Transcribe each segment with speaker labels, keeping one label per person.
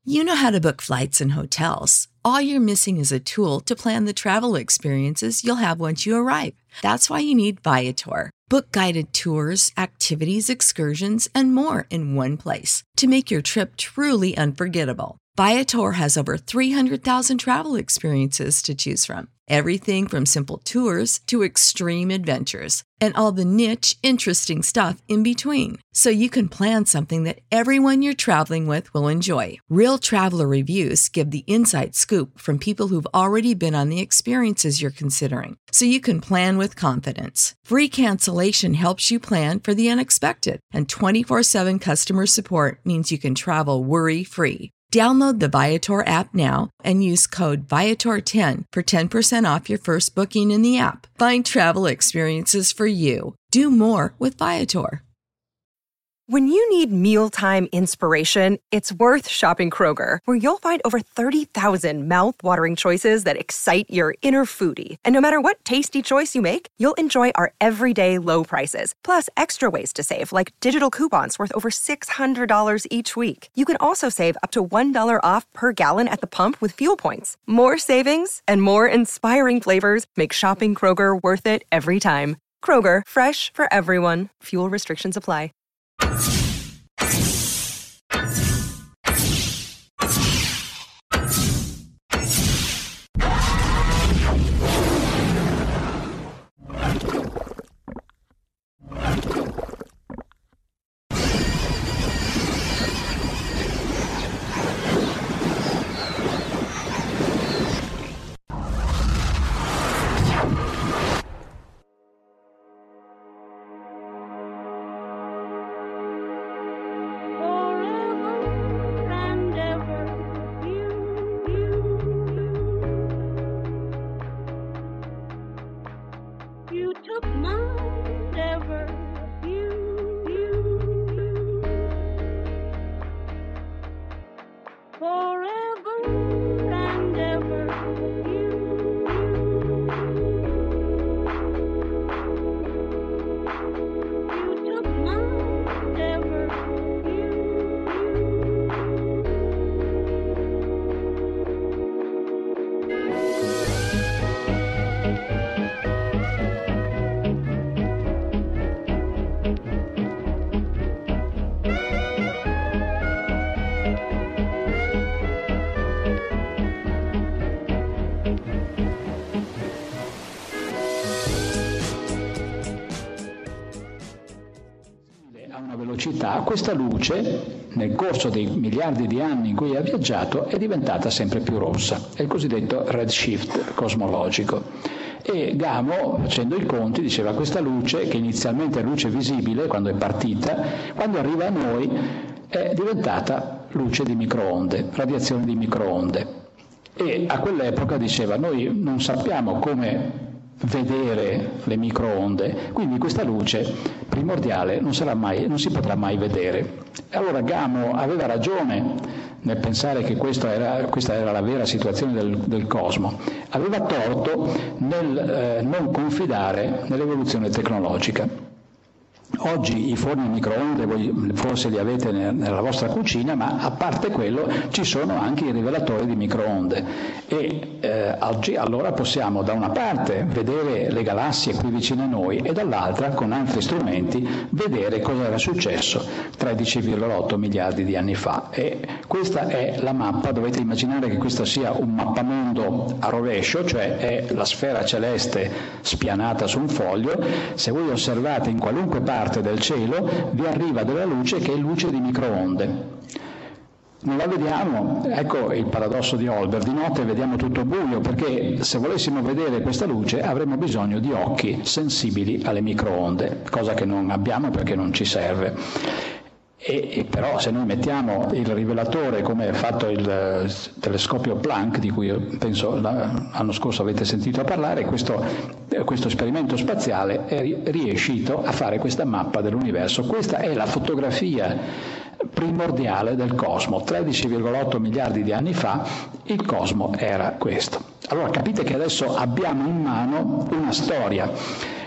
Speaker 1: You know how to book flights and hotels. All you're missing is a tool to plan the travel experiences you'll have once you arrive. That's why you need Viator. Book guided tours, activities, excursions, and more in one place to make your trip truly unforgettable. Viator has over 300,000 travel experiences to choose from. Everything from simple tours to extreme adventures and all the niche, interesting stuff in between. So you can plan something that everyone you're traveling with will enjoy. Real traveler reviews give the inside scoop from people who've already been on the experiences you're considering. So you can plan with confidence. Free cancellation helps you plan for the unexpected. And 24/7 customer support means you can travel worry-free. Download the Viator app now and use code Viator10 for 10% off your first booking in the app. Find travel experiences for you. Do more with Viator.
Speaker 2: When you need mealtime inspiration, it's worth shopping Kroger, where you'll find over 30,000 mouth-watering choices that excite your inner foodie. And no matter what tasty choice you make, you'll enjoy our everyday low prices, plus extra ways to save, like digital coupons worth over $600 each week. You can also save up to $1 off per gallon at the pump with fuel points. More savings and more inspiring flavors make shopping Kroger worth it every time. Kroger, fresh for everyone. Fuel restrictions apply.
Speaker 3: Questa luce, nel corso dei miliardi di anni in cui ha viaggiato, è diventata sempre più rossa. È il cosiddetto redshift cosmologico. E Gamow, facendo i conti, diceva: questa luce, che inizialmente è luce visibile quando è partita, quando arriva a noi è diventata luce di microonde, radiazione di microonde. E a quell'epoca diceva: noi non sappiamo come vedere le microonde, quindi questa luce primordiale non si potrà mai vedere. Allora Gamow aveva ragione nel pensare che questa era la vera situazione del cosmo, aveva torto nel non confidare nell'evoluzione tecnologica. Oggi i forni a microonde voi forse li avete nella vostra cucina, ma a parte quello ci sono anche i rivelatori di microonde e oggi allora possiamo da una parte vedere le galassie qui vicine a noi e dall'altra con altri strumenti vedere cosa era successo 13,8 miliardi di anni fa. E questa è la mappa, dovete immaginare che questo sia un mappamondo a rovescio, cioè è la sfera celeste spianata su un foglio. Se voi osservate in qualunque parte del cielo vi arriva della luce che è luce di microonde. Non la vediamo, ecco il paradosso di Olbers: di notte vediamo tutto buio, perché se volessimo vedere questa luce avremmo bisogno di occhi sensibili alle microonde, cosa che non abbiamo perché non ci serve. E però se noi mettiamo il rivelatore, come ha fatto il telescopio Planck, di cui penso l'anno scorso avete sentito parlare, questo esperimento spaziale è riuscito a fare questa mappa dell'universo. Questa è la fotografia primordiale del cosmo. 13,8 miliardi di anni fa il cosmo era questo. Allora capite che adesso abbiamo in mano una storia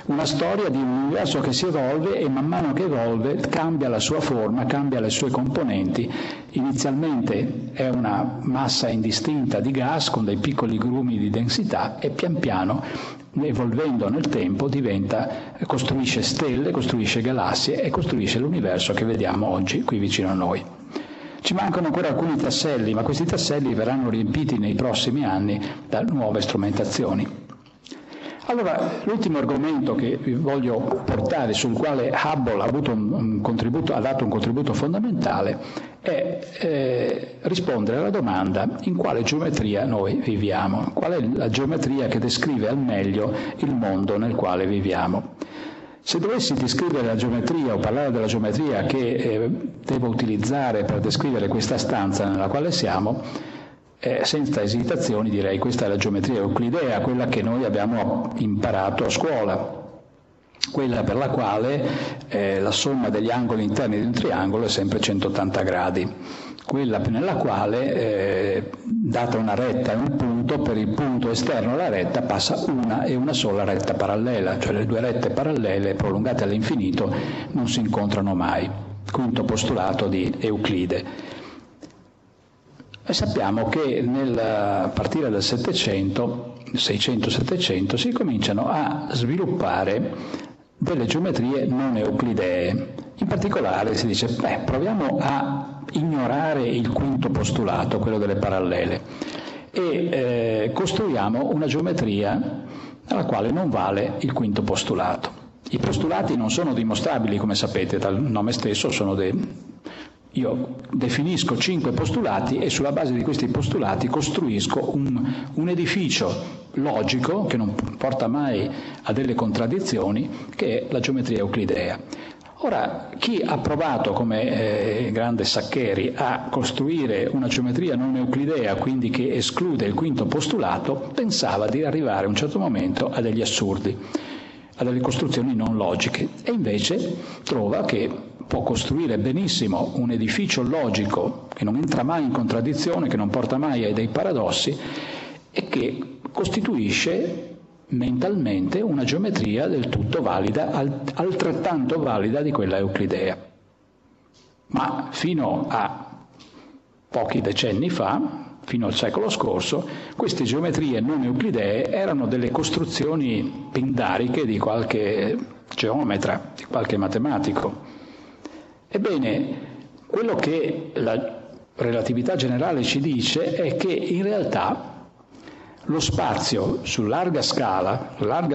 Speaker 3: una storia di un universo che si evolve e man mano che evolve cambia la sua forma, cambia le sue componenti. Inizialmente è una massa indistinta di gas con dei piccoli grumi di densità e pian piano, evolvendo nel tempo, costruisce stelle, costruisce galassie e costruisce l'universo che vediamo oggi qui vicino a noi. Ci mancano ancora alcuni tasselli, ma questi tasselli verranno riempiti nei prossimi anni da nuove strumentazioni. Allora, l'ultimo argomento che vi voglio portare, sul quale Hubble ha dato un contributo fondamentale, è rispondere alla domanda: in quale geometria noi viviamo? Qual è la geometria che descrive al meglio il mondo nel quale viviamo? Se dovessi descrivere la geometria o parlare della geometria che devo utilizzare per descrivere questa stanza nella quale siamo, senza esitazioni direi questa è la geometria euclidea, quella che noi abbiamo imparato a scuola, quella per la quale la somma degli angoli interni di un triangolo è sempre 180 gradi, quella nella quale, data una retta e un punto, per il punto esterno alla retta passa una e una sola retta parallela, cioè le due rette parallele prolungate all'infinito non si incontrano mai. Quinto postulato di Euclide. E sappiamo che a partire dal 600-700 si cominciano a sviluppare delle geometrie non euclidee. In particolare si dice, proviamo a ignorare il quinto postulato, quello delle parallele, e costruiamo una geometria nella quale non vale il quinto postulato. I postulati non sono dimostrabili, come sapete, dal nome stesso io definisco 5 postulati e sulla base di questi postulati costruisco un edificio logico che non porta mai a delle contraddizioni, che è la geometria euclidea. Ora, chi ha provato, come il grande Saccheri, a costruire una geometria non euclidea, quindi che esclude il quinto postulato, pensava di arrivare a un certo momento a degli assurdi, a delle costruzioni non logiche, e invece trova che può costruire benissimo un edificio logico che non entra mai in contraddizione, che non porta mai a dei paradossi e che costituisce mentalmente una geometria del tutto valida, altrettanto valida di quella euclidea. Ma fino a pochi decenni fa, fino al secolo scorso, queste geometrie non euclidee erano delle costruzioni pindariche di qualche geometra, di qualche matematico. Ebbene, quello che la relatività generale ci dice è che in realtà lo spazio su larga scala,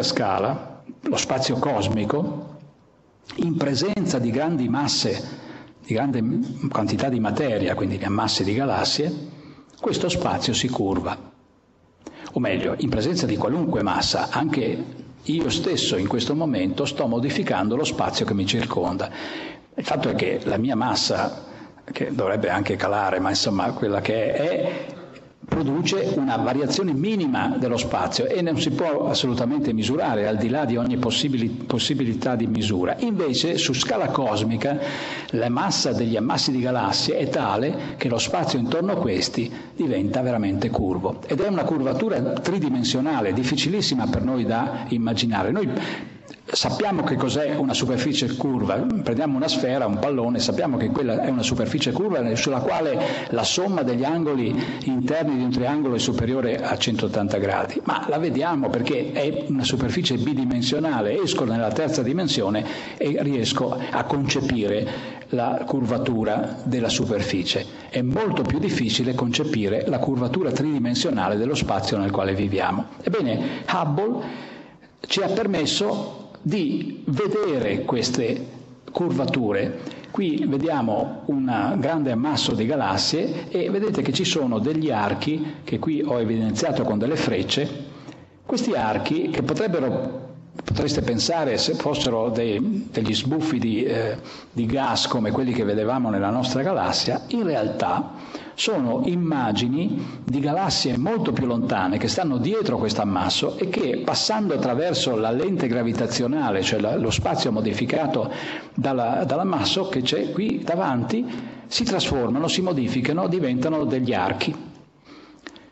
Speaker 3: lo spazio cosmico, in presenza di grandi masse, di grande quantità di materia, quindi di ammassi di galassie, questo spazio si curva. O meglio, in presenza di qualunque massa, anche io stesso in questo momento sto modificando lo spazio che mi circonda. Il fatto è che la mia massa, che dovrebbe anche calare, ma insomma quella che è, produce una variazione minima dello spazio e non si può assolutamente misurare al di là di ogni possibilità di misura. Invece su scala cosmica la massa degli ammassi di galassie è tale che lo spazio intorno a questi diventa veramente curvo, ed è una curvatura tridimensionale difficilissima per noi da immaginare. Noi sappiamo che cos'è una superficie curva, prendiamo una sfera, un pallone, sappiamo che quella è una superficie curva sulla quale la somma degli angoli interni di un triangolo è superiore a 180 gradi, ma la vediamo perché è una superficie bidimensionale, esco nella terza dimensione e riesco a concepire la curvatura della superficie. È molto più difficile concepire la curvatura tridimensionale dello spazio nel quale viviamo. Ebbene, Hubble ci ha permesso di vedere queste curvature. Qui vediamo un grande ammasso di galassie e vedete che ci sono degli archi che qui ho evidenziato con delle frecce. Questi archi, che potreste pensare se fossero degli sbuffi di gas come quelli che vedevamo nella nostra galassia, in realtà sono immagini di galassie molto più lontane che stanno dietro questo ammasso e che, passando attraverso la lente gravitazionale, cioè lo spazio modificato dall'ammasso che c'è qui davanti, si trasformano, si modificano, diventano degli archi.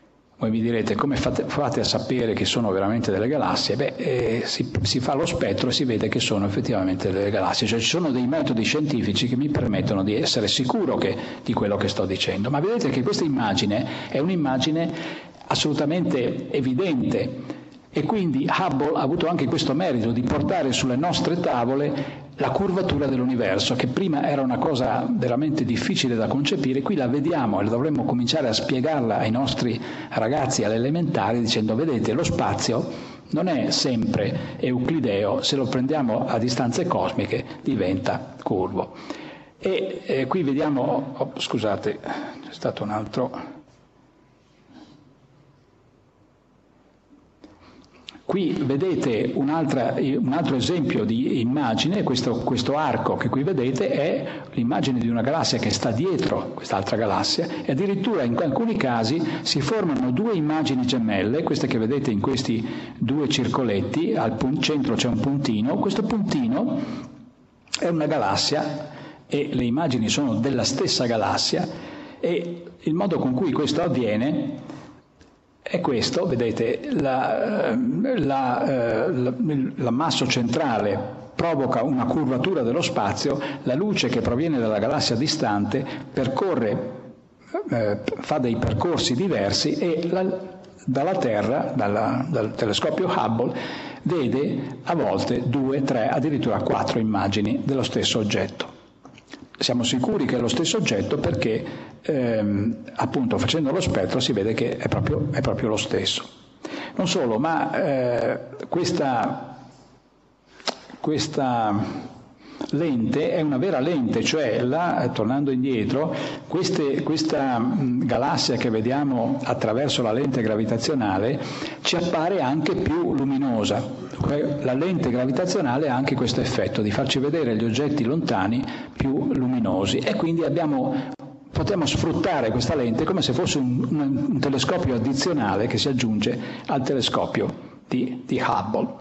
Speaker 3: Voi mi direte, come fate a sapere che sono veramente delle galassie? Si fa lo spettro e si vede che sono effettivamente delle galassie. Cioè ci sono dei metodi scientifici che mi permettono di essere sicuro di quello che sto dicendo. Ma vedete che questa immagine è un'immagine assolutamente evidente. E quindi Hubble ha avuto anche questo merito di portare sulle nostre tavole la curvatura dell'universo, che prima era una cosa veramente difficile da concepire. Qui la vediamo e dovremmo cominciare a spiegarla ai nostri ragazzi alle elementari dicendo: vedete, lo spazio non è sempre euclideo, se lo prendiamo a distanze cosmiche diventa curvo. E qui vediamo, scusate, c'è stato un altro... Qui vedete un altro esempio di immagine. Questo arco che qui vedete è l'immagine di una galassia che sta dietro quest'altra galassia, e addirittura in alcuni casi si formano due immagini gemelle, queste che vedete in questi due circoletti, al centro c'è un puntino, questo puntino è una galassia e le immagini sono della stessa galassia, e il modo con cui questo avviene è questo, vedete, l'ammasso centrale provoca una curvatura dello spazio, la luce che proviene dalla galassia distante fa dei percorsi diversi, e dalla Terra, dal telescopio Hubble, vede a volte 2, 3, addirittura 4 immagini dello stesso oggetto. Siamo sicuri che è lo stesso oggetto perché appunto facendo lo spettro si vede che è proprio lo stesso. Non solo, ma questa lente è una vera lente, cioè tornando indietro, questa galassia che vediamo attraverso la lente gravitazionale ci appare anche più luminosa. La lente gravitazionale ha anche questo effetto di farci vedere gli oggetti lontani più luminosi, e quindi potremmo sfruttare questa lente come se fosse un telescopio addizionale che si aggiunge al telescopio di Hubble.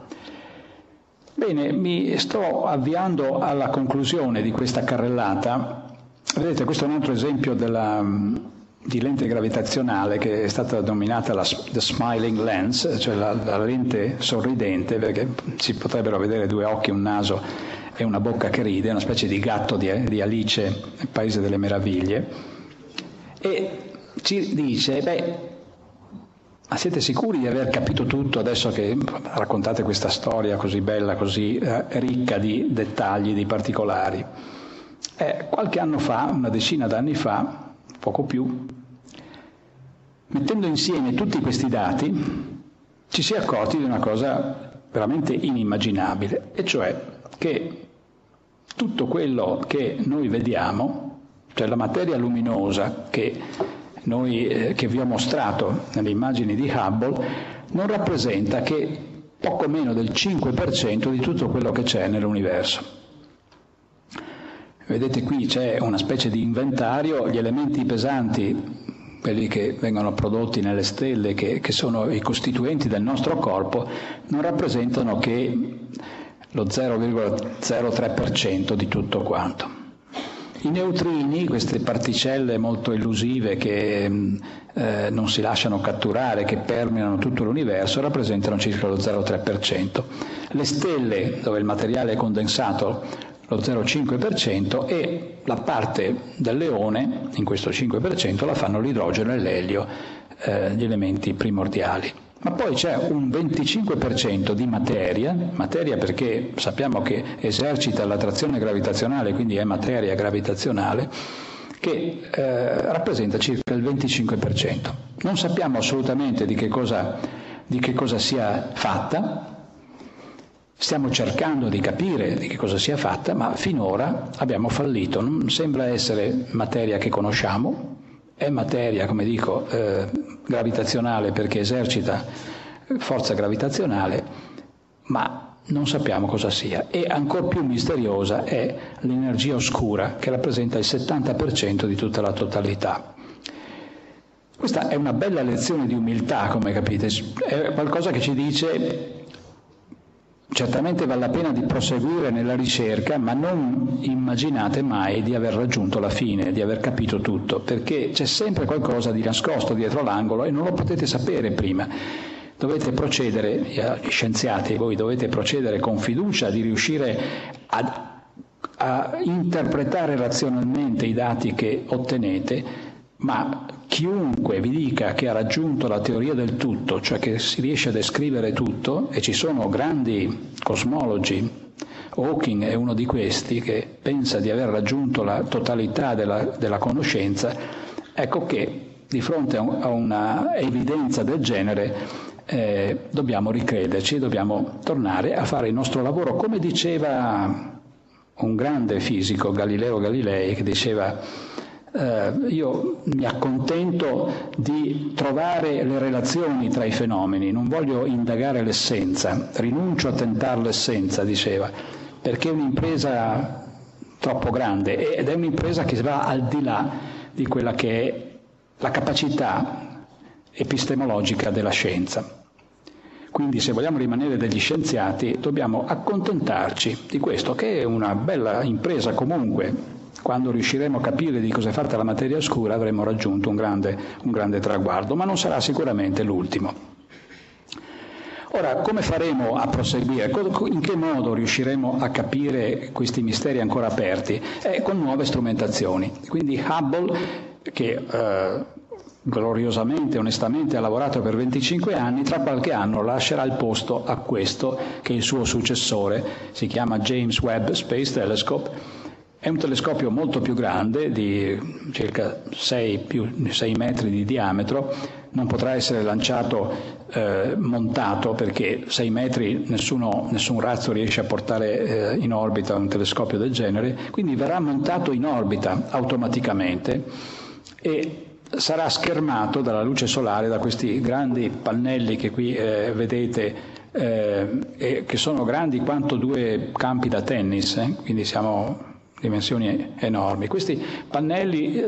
Speaker 3: Bene, mi sto avviando alla conclusione di questa carrellata. Vedete, questo è un altro esempio di lente gravitazionale che è stata denominata the smiling lens, cioè la lente sorridente, perché si potrebbero vedere due occhi, un naso e una bocca che ride, una specie di gatto di Alice nel Paese delle Meraviglie, e ci dice: ma siete sicuri di aver capito tutto adesso che raccontate questa storia così bella, così ricca di dettagli, di particolari? Qualche anno fa, una decina d'anni fa, poco più, mettendo insieme tutti questi dati, ci si è accorti di una cosa veramente inimmaginabile, e cioè che tutto quello che noi vediamo, cioè la materia luminosa che vi ho mostrato nelle immagini di Hubble, non rappresenta che poco meno del 5% di tutto quello che c'è nell'universo. Vedete, qui c'è una specie di inventario, gli elementi pesanti, quelli che vengono prodotti nelle stelle, che sono i costituenti del nostro corpo, non rappresentano che lo 0,03% di tutto quanto. I neutrini, queste particelle molto elusive che non si lasciano catturare, che permeano tutto l'universo, rappresentano circa lo 0,3%. Le stelle, dove il materiale è condensato, lo 0,5%, e la parte del leone, in questo 5%, la fanno l'idrogeno e l'elio, gli elementi primordiali. Ma poi c'è un 25% di materia perché sappiamo che esercita l'attrazione gravitazionale, quindi è materia gravitazionale, che rappresenta circa il 25%. Non sappiamo assolutamente di che cosa sia fatta, stiamo cercando di capire di che cosa sia fatta, ma finora abbiamo fallito. Non sembra essere materia che conosciamo, è materia, come dico, gravitazionale perché esercita forza gravitazionale, ma non sappiamo cosa sia. E ancor più misteriosa è l'energia oscura, che rappresenta il 70% di tutta la totalità. Questa è una bella lezione di umiltà, come capite, è qualcosa che ci dice: certamente vale la pena di proseguire nella ricerca, ma non immaginate mai di aver raggiunto la fine, di aver capito tutto, perché c'è sempre qualcosa di nascosto dietro l'angolo e non lo potete sapere prima. Dovete procedere, gli scienziati, voi dovete procedere con fiducia di riuscire a interpretare razionalmente i dati che ottenete, ma chiunque vi dica che ha raggiunto la teoria del tutto, cioè che si riesce a descrivere tutto, e ci sono grandi cosmologi, Hawking è uno di questi, che pensa di aver raggiunto la totalità della conoscenza, ecco che di fronte a una evidenza del genere dobbiamo ricrederci, dobbiamo tornare a fare il nostro lavoro, come diceva un grande fisico, Galileo Galilei, che diceva io mi accontento di trovare le relazioni tra i fenomeni, non voglio indagare l'essenza, rinuncio a tentare l'essenza, diceva, perché è un'impresa troppo grande ed è un'impresa che va al di là di quella che è la capacità epistemologica della scienza. Quindi se vogliamo rimanere degli scienziati dobbiamo accontentarci di questo, che è una bella impresa comunque. Quando riusciremo a capire di cosa è fatta la materia oscura avremo raggiunto un grande traguardo, ma non sarà sicuramente l'ultimo. Ora, come faremo a proseguire? In che modo riusciremo a capire questi misteri ancora aperti? Con nuove strumentazioni. Quindi Hubble, che gloriosamente, onestamente ha lavorato per 25 anni, tra qualche anno lascerà il posto a questo, che è il suo successore, si chiama James Webb Space Telescope. È un telescopio molto più grande, di circa 6 metri di diametro, non potrà essere lanciato montato, perché 6 metri nessun razzo riesce a portare in orbita un telescopio del genere, quindi verrà montato in orbita automaticamente e sarà schermato dalla luce solare, da questi grandi pannelli che qui vedete, che sono grandi quanto 2 campi da tennis, quindi siamo dimensioni enormi. Questi pannelli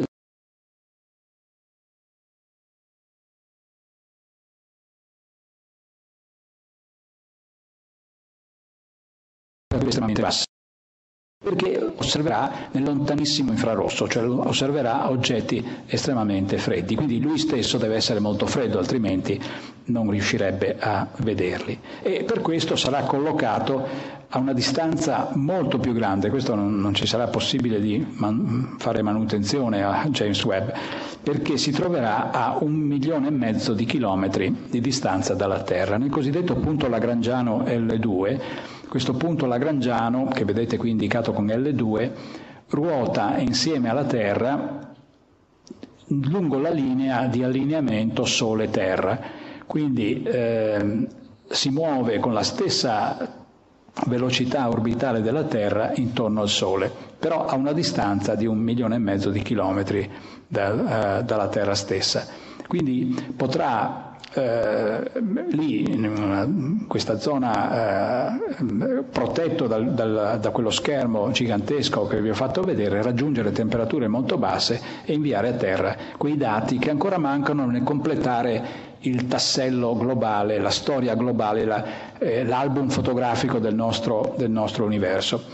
Speaker 3: estremamente bassi, perché osserverà nel lontanissimo infrarosso, cioè osserverà oggetti estremamente freddi, quindi lui stesso deve essere molto freddo, altrimenti non riuscirebbe a vederli, e per questo sarà collocato a una distanza molto più grande. Questo non ci sarà possibile di fare manutenzione a James Webb, perché si troverà a 1,5 milioni di chilometri di distanza dalla Terra, nel cosiddetto punto lagrangiano L2. Questo punto lagrangiano, che vedete qui indicato con L2, ruota insieme alla Terra lungo la linea di allineamento Sole-Terra, quindi si muove con la stessa velocità orbitale della Terra intorno al Sole, però a una distanza di 1,5 milioni di chilometri dalla Terra stessa. Quindi potrà lì, in questa zona protetto da quello schermo gigantesco che vi ho fatto vedere, raggiungere temperature molto basse e inviare a Terra quei dati che ancora mancano nel completare il tassello globale, la storia globale, l'album fotografico del nostro universo.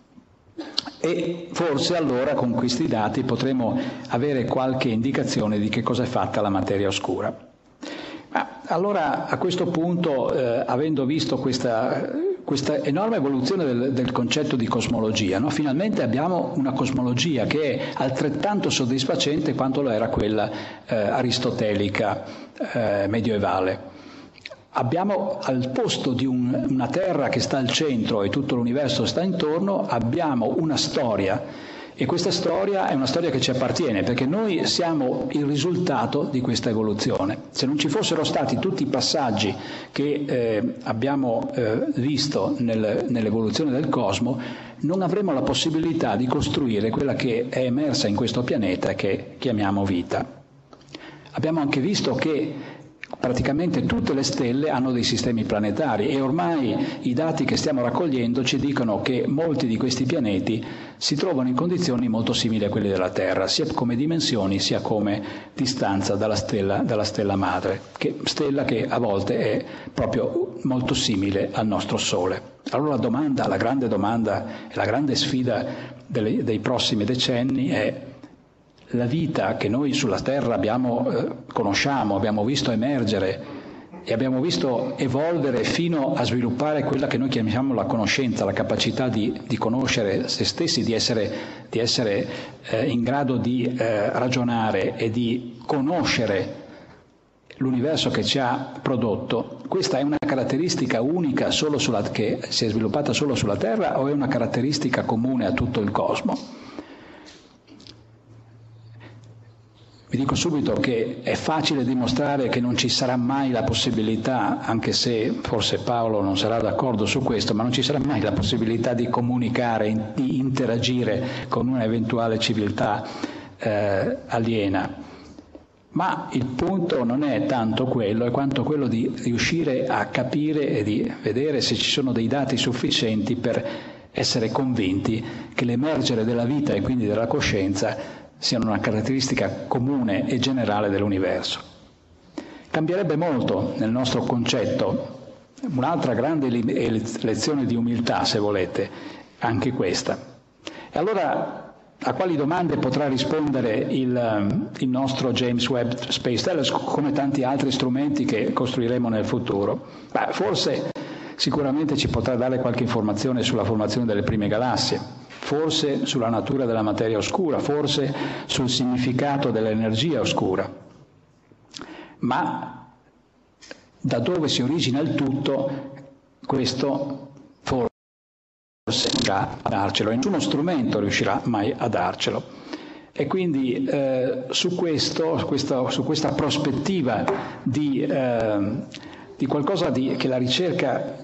Speaker 3: E forse allora con questi dati potremo avere qualche indicazione di che cosa è fatta la materia oscura. Allora, a questo punto, avendo visto questa enorme evoluzione del concetto di cosmologia, no? Finalmente abbiamo una cosmologia che è altrettanto soddisfacente quanto lo era quella aristotelica medioevale. Abbiamo, al posto di una Terra che sta al centro e tutto l'universo sta intorno, abbiamo una storia. E questa storia è una storia che ci appartiene, perché noi siamo il risultato di questa evoluzione. Se non ci fossero stati tutti i passaggi che abbiamo visto nell'evoluzione del cosmo, non avremo la possibilità di costruire quella che è emersa in questo pianeta e che chiamiamo vita. Abbiamo anche visto che praticamente tutte le stelle hanno dei sistemi planetari e ormai i dati che stiamo raccogliendo ci dicono che molti di questi pianeti si trovano in condizioni molto simili a quelle della Terra, sia come dimensioni sia come distanza dalla stella madre, stella che a volte è proprio molto simile al nostro Sole. Allora la grande domanda e la grande sfida dei prossimi decenni è: la vita che noi sulla Terra conosciamo, abbiamo visto emergere e abbiamo visto evolvere fino a sviluppare quella che noi chiamiamo la conoscenza, la capacità di conoscere se stessi, di essere in grado di ragionare e di conoscere l'universo che ci ha prodotto. Questa è una caratteristica unica che si è sviluppata solo sulla Terra, o è una caratteristica comune a tutto il cosmo? Vi dico subito che è facile dimostrare che non ci sarà mai la possibilità, anche se forse Paolo non sarà d'accordo su questo, ma non ci sarà mai la possibilità di comunicare, di interagire con una eventuale civiltà aliena. Ma il punto non è tanto quello, quanto quello di riuscire a capire e di vedere se ci sono dei dati sufficienti per essere convinti che l'emergere della vita e quindi della coscienza siano una caratteristica comune e generale dell'universo. Cambierebbe molto nel nostro concetto, un'altra grande lezione di umiltà, se volete, anche questa. E allora a quali domande potrà rispondere il nostro James Webb Space Telescope, come tanti altri strumenti che costruiremo nel futuro? Forse sicuramente ci potrà dare qualche informazione sulla formazione delle prime galassie, forse sulla natura della materia oscura, forse sul significato dell'energia oscura. Ma da dove si origina il tutto, questo forse riuscirà a darcelo, e nessuno strumento riuscirà mai a darcelo. E quindi su questa prospettiva di qualcosa che la ricerca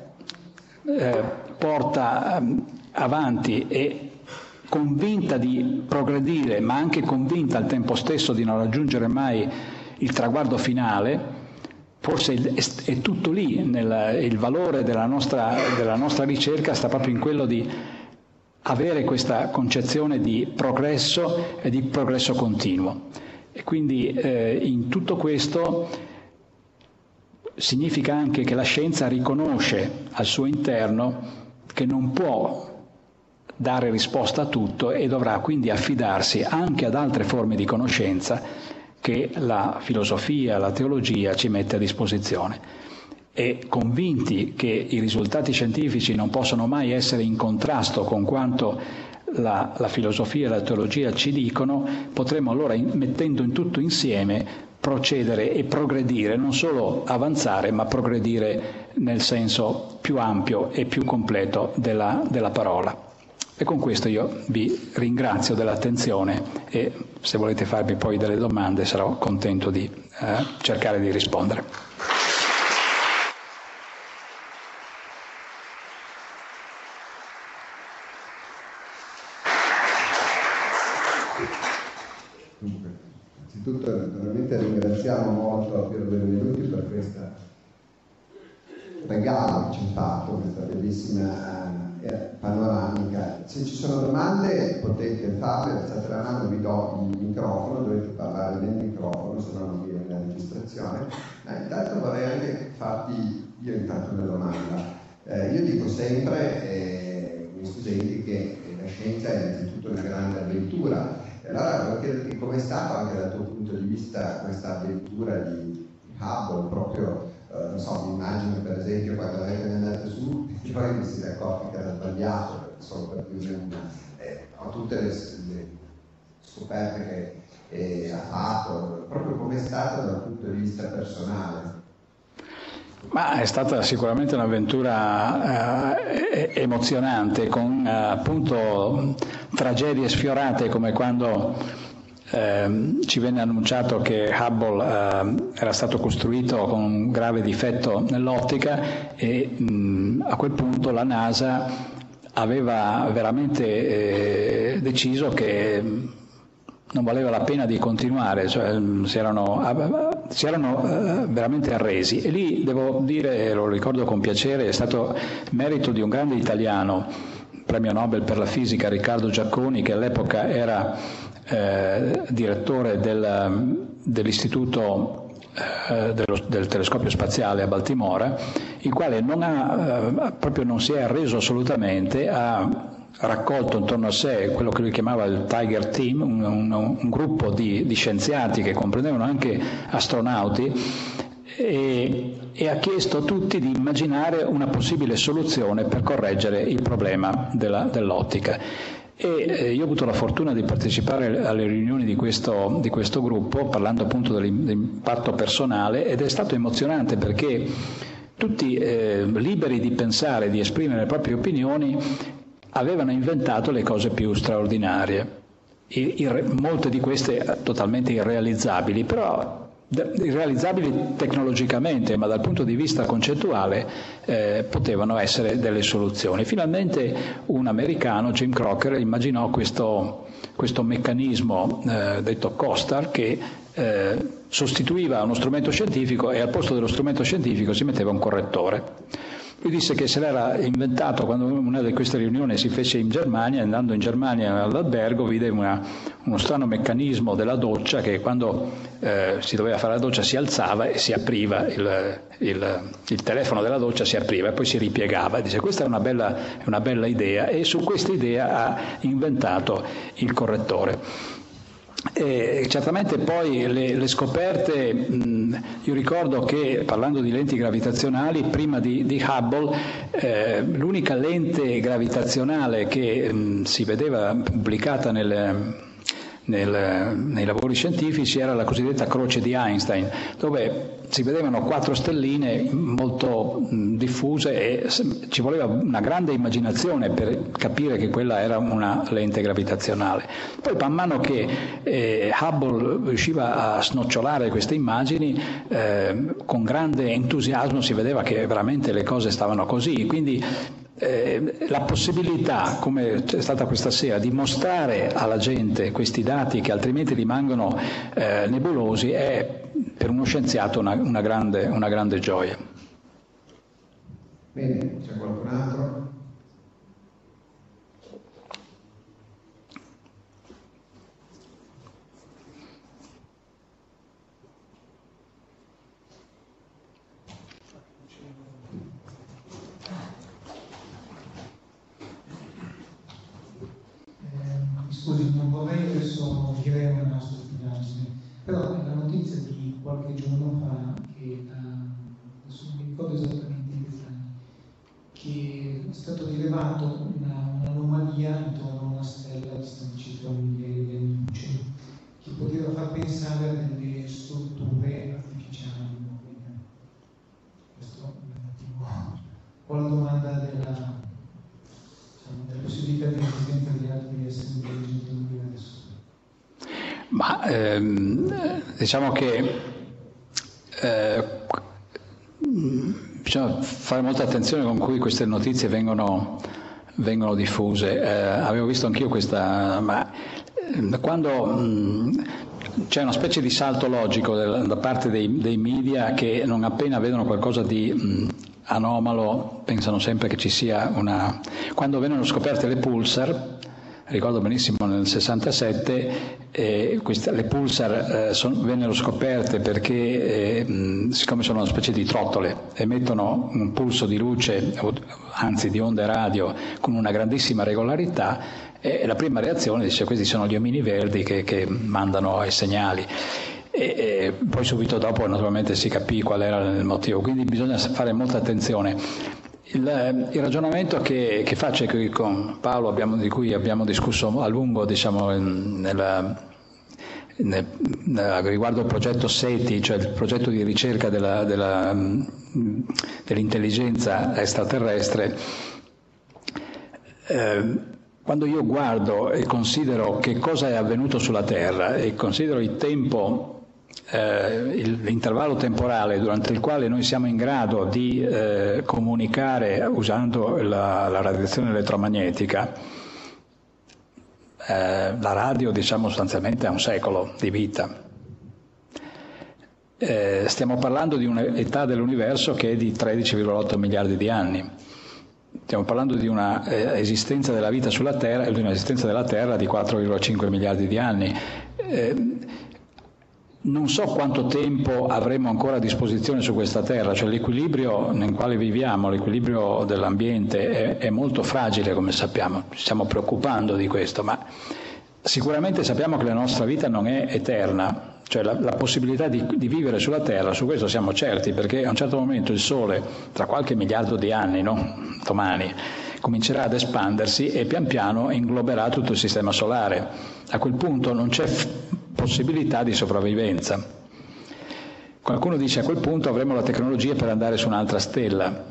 Speaker 3: porta avanti e convinta di progredire, ma anche convinta al tempo stesso di non raggiungere mai il traguardo finale, forse è tutto lì, il valore della nostra ricerca sta proprio in quello di avere questa concezione di progresso e di progresso continuo. E quindi in tutto questo significa anche che la scienza riconosce al suo interno che non può dare risposta a tutto e dovrà quindi affidarsi anche ad altre forme di conoscenza che la filosofia, la teologia ci mette a disposizione. E convinti che i risultati scientifici non possono mai essere in contrasto con quanto la filosofia e la teologia ci dicono, potremo allora, mettendo in tutto insieme, procedere e progredire, non solo avanzare, ma progredire nel senso più ampio e più completo della parola. E con questo io vi ringrazio dell'attenzione e se volete farmi poi delle domande sarò contento di cercare di rispondere.
Speaker 4: Innanzitutto naturalmente ringraziamo molto Piero Benvenuti per questo regalo che ci ha fatto, questa bellissima panoramica. Se ci sono domande potete farle, alzate la mano, vi do il microfono, dovete parlare nel microfono, se no non viene la registrazione. Intanto vorrei anche farti io intanto una domanda. Io dico sempre ai miei studenti che la scienza è innanzitutto una grande avventura. E allora voglio chiederti com'è stato anche dal tuo punto di vista questa avventura di Hubble, proprio non so, mi immagino per esempio quando avete andato su e poi mi siete accorti che era sbagliato, solo per dire ho tutte le scoperte che ha fatto, proprio come è stato dal punto di vista personale.
Speaker 3: Ma è stata sicuramente un'avventura emozionante, con appunto tragedie sfiorate, come quando ci venne annunciato che Hubble era stato costruito con un grave difetto nell'ottica e a quel punto la NASA aveva veramente deciso che non valeva la pena di continuare, cioè si erano veramente arresi. E lì devo dire, lo ricordo con piacere, è stato merito di un grande italiano, premio Nobel per la fisica, Riccardo Giacconi, che all'epoca era direttore dell'istituto del telescopio spaziale a Baltimora, il quale proprio non si è arreso assolutamente, ha raccolto intorno a sé quello che lui chiamava il Tiger Team, un gruppo di scienziati che comprendevano anche astronauti, e ha chiesto a tutti di immaginare una possibile soluzione per correggere il problema dell'ottica. E io ho avuto la fortuna di partecipare alle riunioni di questo gruppo, parlando appunto dell'impatto personale, ed è stato emozionante perché tutti liberi di pensare, di esprimere le proprie opinioni, avevano inventato le cose più straordinarie, molte di queste totalmente irrealizzabili, però irrealizzabili tecnologicamente, ma dal punto di vista concettuale potevano essere delle soluzioni. Finalmente un americano, Jim Crocker, immaginò questo meccanismo detto COSTAR, che sostituiva uno strumento scientifico, e al posto dello strumento scientifico si metteva un correttore. Lui disse che se l'era inventato quando una di queste riunioni si fece in Germania. Andando in Germania all'albergo vide uno strano meccanismo della doccia, che quando si doveva fare la doccia si alzava e si apriva, il telefono della doccia si apriva e poi si ripiegava. E dice: questa è una bella idea, e su questa idea ha inventato il correttore. E certamente poi le scoperte, io ricordo che, parlando di lenti gravitazionali, prima di Hubble, l'unica lente gravitazionale che si vedeva pubblicata nei lavori scientifici era la cosiddetta croce di Einstein, dove si vedevano 4 stelline molto diffuse, e ci voleva una grande immaginazione per capire che quella era una lente gravitazionale. Poi man mano che Hubble riusciva a snocciolare queste immagini, con grande entusiasmo si vedeva che veramente le cose stavano così, quindi la possibilità, come c'è stata questa sera, di mostrare alla gente questi dati che altrimenti rimangono nebulosi, è per uno scienziato una grande gioia.
Speaker 4: Bene, c'è qualcun altro?
Speaker 5: Scusi, non vorrei adesso dire una stupidaggine, però è la notizia di qualche giorno fa, che adesso non mi ricordo esattamente i dettagli, che è stato rilevato un'anomalia intorno a una stella distante circa 1000 anni luce, che poteva far pensare a delle strutture artificiali. Questo è un attimo con la domanda della possibilità di esistenza di altri esseri intelligenti nell'universo.
Speaker 3: Ma diciamo che bisogna fare molta attenzione con cui queste notizie vengono diffuse. Avevo visto anch'io questa, ma quando c'è una specie di salto logico da parte dei media, che non appena vedono qualcosa di anomalo pensano sempre che ci sia Quando vennero scoperte le pulsar, ricordo benissimo nel 67, le pulsar vennero scoperte perché siccome sono una specie di trottole, emettono un pulso di luce, anzi di onde radio, con una grandissima regolarità, e la prima reazione dice: questi sono gli omini verdi che mandano i segnali. E poi subito dopo naturalmente si capì qual era il motivo, quindi bisogna fare molta attenzione. Il ragionamento che faccio con Paolo, di cui abbiamo discusso a lungo, diciamo, riguardo il progetto SETI, cioè il progetto di ricerca dell'intelligenza extraterrestre, quando io guardo e considero che cosa è avvenuto sulla Terra e considero il tempo, l'intervallo temporale durante il quale noi siamo in grado di comunicare usando la radiazione elettromagnetica, la radio, diciamo, sostanzialmente ha un secolo di vita. Stiamo parlando di un'età dell'universo che è di 13,8 miliardi di anni. Stiamo parlando di una esistenza della vita sulla Terra e di un'esistenza della Terra di 4,5 miliardi di anni. non so quanto tempo avremo ancora a disposizione su questa terra, cioè l'equilibrio nel quale viviamo, l'equilibrio dell'ambiente è molto fragile, come sappiamo, ci stiamo preoccupando di questo, ma sicuramente sappiamo che la nostra vita non è eterna, cioè la possibilità di vivere sulla terra, su questo siamo certi, perché a un certo momento il Sole, tra qualche miliardo di anni, no? Domani, comincerà ad espandersi e pian piano ingloberà tutto il sistema solare. A quel punto non c'è possibilità di sopravvivenza. Qualcuno dice a quel punto avremo la tecnologia per andare su un'altra stella,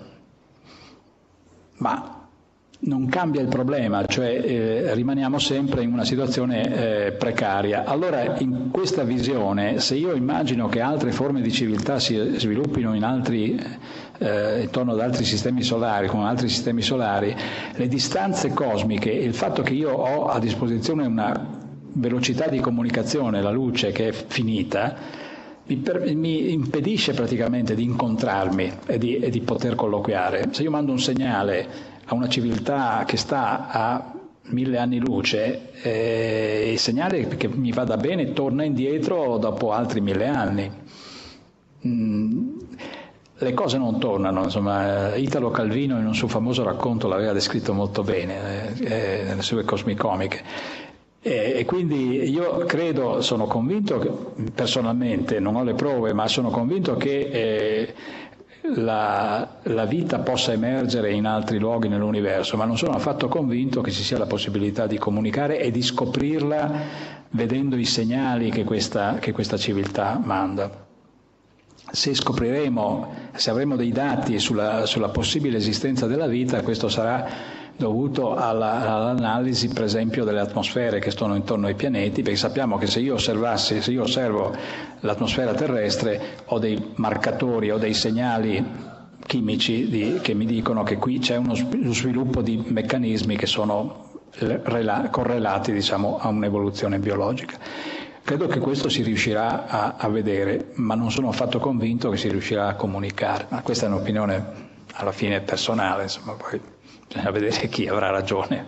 Speaker 3: ma non cambia il problema, cioè rimaniamo sempre in una situazione precaria. Allora, in questa visione, se io immagino che altre forme di civiltà si sviluppino intorno ad altri sistemi solari, con altri sistemi solari, le distanze cosmiche, il fatto che io ho a disposizione una velocità di comunicazione, la luce, che è finita, mi impedisce praticamente di incontrarmi e di poter colloquiare. Se io mando un segnale a una civiltà che sta a 1000 anni luce, il segnale che mi vada bene torna indietro dopo altri 1000 anni. Le cose non tornano, insomma. Italo Calvino in un suo famoso racconto l'aveva descritto molto bene nelle sue cosmicomiche. E quindi io credo, sono convinto, personalmente non ho le prove, ma sono convinto che la vita possa emergere in altri luoghi nell'universo, ma non sono affatto convinto che ci sia la possibilità di comunicare e di scoprirla vedendo i segnali che questa civiltà manda. Se scopriremo, se avremo dei dati sulla possibile esistenza della vita, questo sarà dovuto all'analisi, per esempio, delle atmosfere che stanno intorno ai pianeti, perché sappiamo che se io osservo l'atmosfera terrestre, ho dei marcatori, ho dei segnali chimici che mi dicono che qui c'è uno sviluppo di meccanismi che sono correlati, diciamo, a un'evoluzione biologica. Credo che questo si riuscirà a vedere, ma non sono affatto convinto che si riuscirà a comunicare. Ma questa è un'opinione alla fine personale, insomma, poi bisogna vedere chi avrà ragione.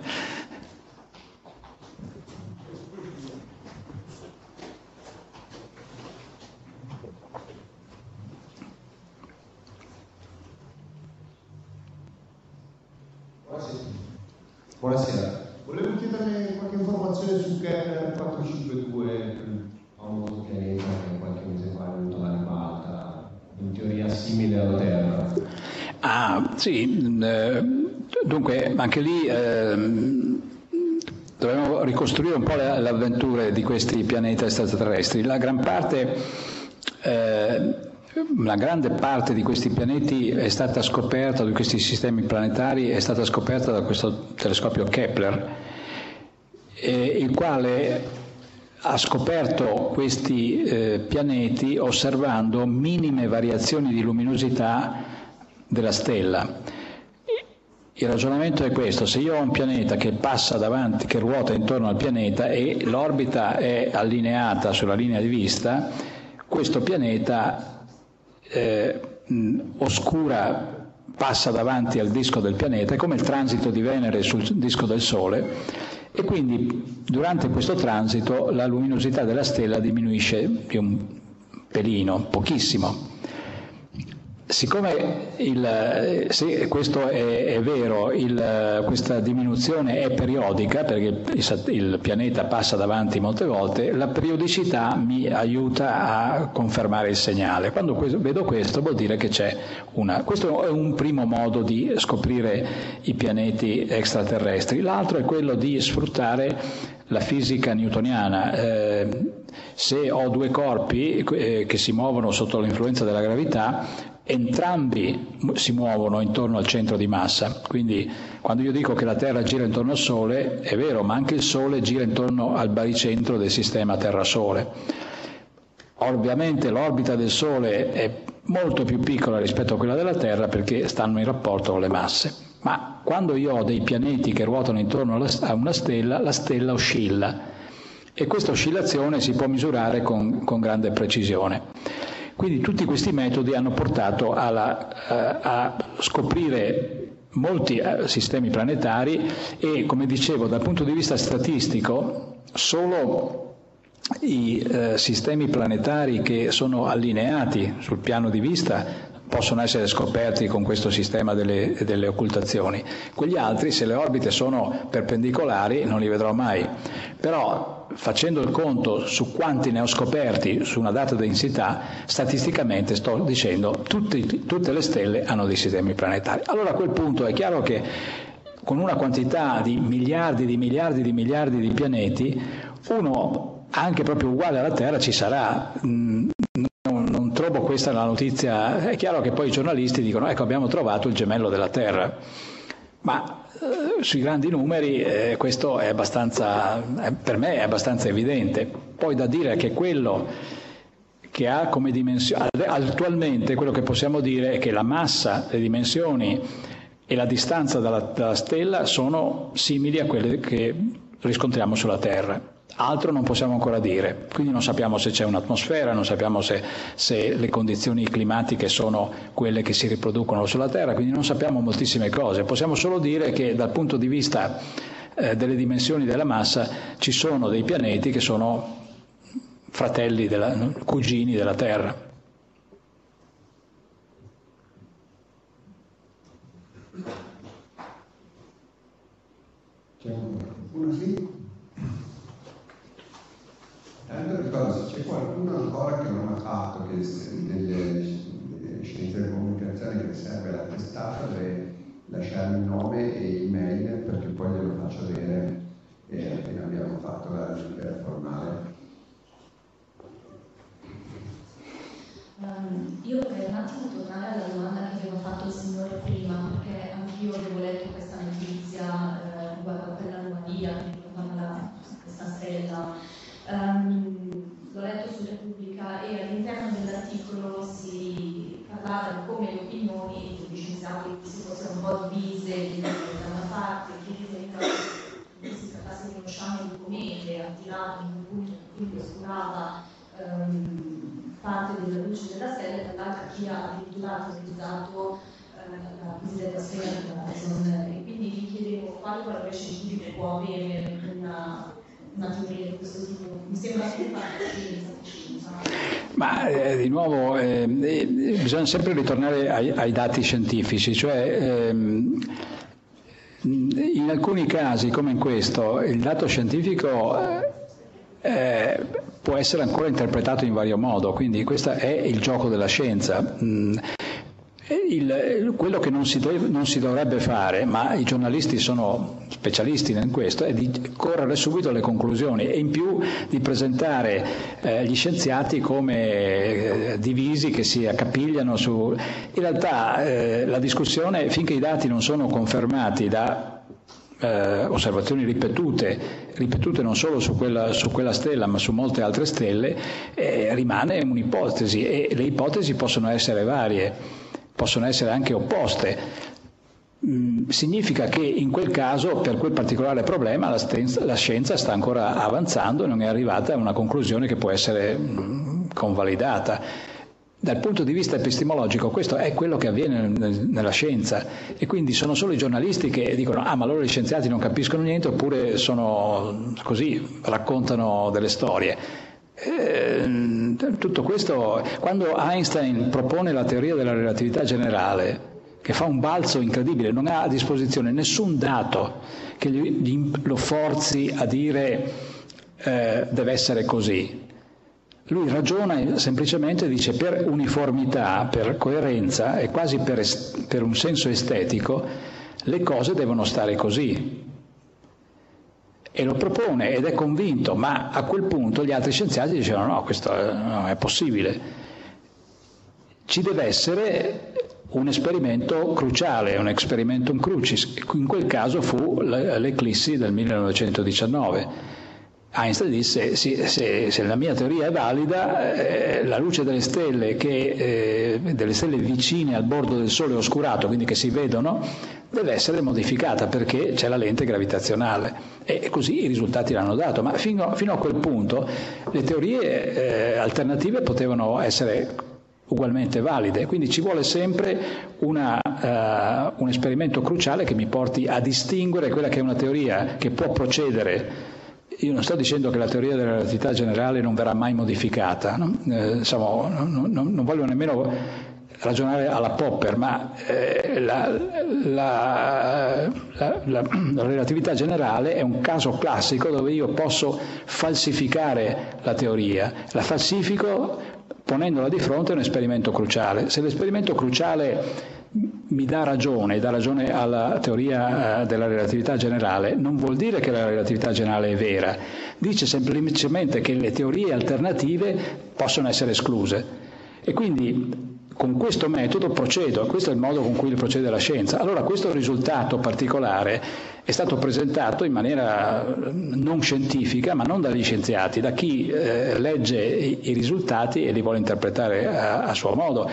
Speaker 4: Buonasera. Volevo chiedere qualche informazione su Kepler 452, famoso pianeta che qualche mese fa è venuto alla ribalta, in teoria simile alla Terra.
Speaker 3: Ah, sì, dunque anche lì dovremmo ricostruire un po' le avventure di questi pianeti extraterrestri. La grande parte di questi pianeti è stata scoperta, di questi sistemi planetari, è stata scoperta da questo telescopio Kepler, il quale ha scoperto questi pianeti osservando minime variazioni di luminosità della stella. Il ragionamento è questo: se io ho un pianeta che passa davanti, che ruota intorno al pianeta e l'orbita è allineata sulla linea di vista, questo pianeta oscura passa davanti al disco del pianeta, è come il transito di Venere sul disco del Sole, e quindi durante questo transito la luminosità della stella diminuisce di un pelino, pochissimo. Siccome se questo è vero, questa diminuzione è periodica, perché il pianeta passa davanti molte volte, la periodicità mi aiuta a confermare il segnale. Quando vedo questo vuol dire che c'è questo è un primo modo di scoprire i pianeti extraterrestri. L'altro è quello di sfruttare la fisica newtoniana. Se ho due corpi che si muovono sotto l'influenza della gravità, entrambi si muovono intorno al centro di massa. Quindi quando io dico che la Terra gira intorno al Sole, è vero, ma anche il Sole gira intorno al baricentro del sistema Terra-Sole. Ovviamente l'orbita del Sole è molto più piccola rispetto a quella della Terra, perché stanno in rapporto con le masse. Ma quando io ho dei pianeti che ruotano intorno a una stella, la stella oscilla, e questa oscillazione si può misurare con grande precisione. Quindi tutti questi metodi hanno portato a scoprire molti sistemi planetari e, come dicevo, dal punto di vista statistico, solo i sistemi planetari che sono allineati sul piano di vista possono essere scoperti con questo sistema delle occultazioni. Quegli altri, se le orbite sono perpendicolari, non li vedrò mai. Però, facendo il conto su quanti ne ho scoperti su una data densità, statisticamente sto dicendo tutte le stelle hanno dei sistemi planetari. Allora a quel punto è chiaro che con una quantità di miliardi di pianeti, uno anche proprio uguale alla Terra ci sarà. Non trovo questa la notizia. È chiaro che poi i giornalisti dicono ecco, abbiamo trovato il gemello della Terra, ma sui grandi numeri questo è abbastanza, per me è abbastanza evidente. Poi da dire che quello che ha come dimensione attualmente, quello che possiamo dire è che la massa, le dimensioni e la distanza dalla stella sono simili a quelle che riscontriamo sulla Terra. Altro non possiamo ancora dire, quindi non sappiamo se c'è un'atmosfera, non sappiamo se le condizioni climatiche sono quelle che si riproducono sulla Terra, quindi non sappiamo moltissime cose. Possiamo solo dire che dal punto di vista delle dimensioni della massa ci sono dei pianeti che sono fratelli, cugini della Terra.
Speaker 4: C'è uno sì? Tanto ricordo, se c'è qualcuno ancora che non ha fatto delle scienze della comunicazione che serve la testata, deve lasciarmi il nome e email perché poi glielo faccio vedere appena abbiamo fatto la delibera formale.
Speaker 6: Io vorrei un attimo tornare alla domanda che aveva fatto il signore prima, perché anch'io avevo letto questa notizia riguardo a quell'anomalia che riguardava questa stella. L'ho letto su Repubblica e all'interno dell'articolo si parlava di come le opinioni degli scienziati si fossero un po' divise da una parte, che si trattasse di uno sciame di comete attirato in un punto in cui oscurava parte della luce della stella, e dall'altra chi ha addirittura autorizzato la cosiddetta stella di Dyson. E quindi vi chiedevo quale valore scientifico può avere una teoria di questo tipo. Mi sembra sempre scienza.
Speaker 3: Ma di nuovo bisogna sempre ritornare ai dati scientifici, cioè in alcuni casi come in questo il dato scientifico può essere ancora interpretato in vario modo, quindi questo è il gioco della scienza. Quello che non si dovrebbe fare, ma i giornalisti sono specialisti in questo, è di correre subito alle conclusioni e in più di presentare gli scienziati come divisi che si accapigliano su. In realtà la discussione, finché i dati non sono confermati da osservazioni ripetute non solo su quella stella ma su molte altre stelle, rimane un'ipotesi, e le ipotesi possono essere varie, possono essere anche opposte. Significa che in quel caso, per quel particolare problema, la scienza sta ancora avanzando e non è arrivata a una conclusione che può essere convalidata. Dal punto di vista epistemologico questo è quello che avviene nella scienza, e quindi sono solo i giornalisti che dicono ma allora gli scienziati non capiscono niente, oppure sono così, raccontano delle storie. Tutto questo, quando Einstein propone la teoria della relatività generale, che fa un balzo incredibile, non ha a disposizione nessun dato che lo forzi a dire deve essere così. Lui ragiona semplicemente, dice, per uniformità, per coerenza e quasi per un senso estetico, le cose devono stare così. E lo propone ed è convinto, ma a quel punto gli altri scienziati dicevano no, questo non è possibile. Ci deve essere un esperimento cruciale, un experimentum crucis. In quel caso fu l'eclissi del 1919. Einstein disse se la mia teoria è valida, la luce delle stelle delle stelle vicine al bordo del Sole oscurato, quindi che si vedono, deve essere modificata perché c'è la lente gravitazionale, e così i risultati l'hanno dato. Ma fino a quel punto le teorie alternative potevano essere ugualmente valide, quindi ci vuole sempre un esperimento cruciale che mi porti a distinguere quella che è una teoria che può procedere io non sto dicendo che la teoria della relatività generale non verrà mai modificata, no? Non voglio nemmeno ragionare alla Popper, ma la relatività generale è un caso classico dove io posso falsificare la teoria. La falsifico ponendola di fronte a un esperimento cruciale. Se l'esperimento cruciale mi dà ragione alla teoria della relatività generale, non vuol dire che la relatività generale è vera, dice semplicemente che le teorie alternative possono essere escluse. E quindi con questo metodo procedo, questo è il modo con cui procede la scienza. Allora questo risultato particolare è stato presentato in maniera non scientifica, ma non dagli scienziati, da chi legge i risultati e li vuole interpretare a suo modo.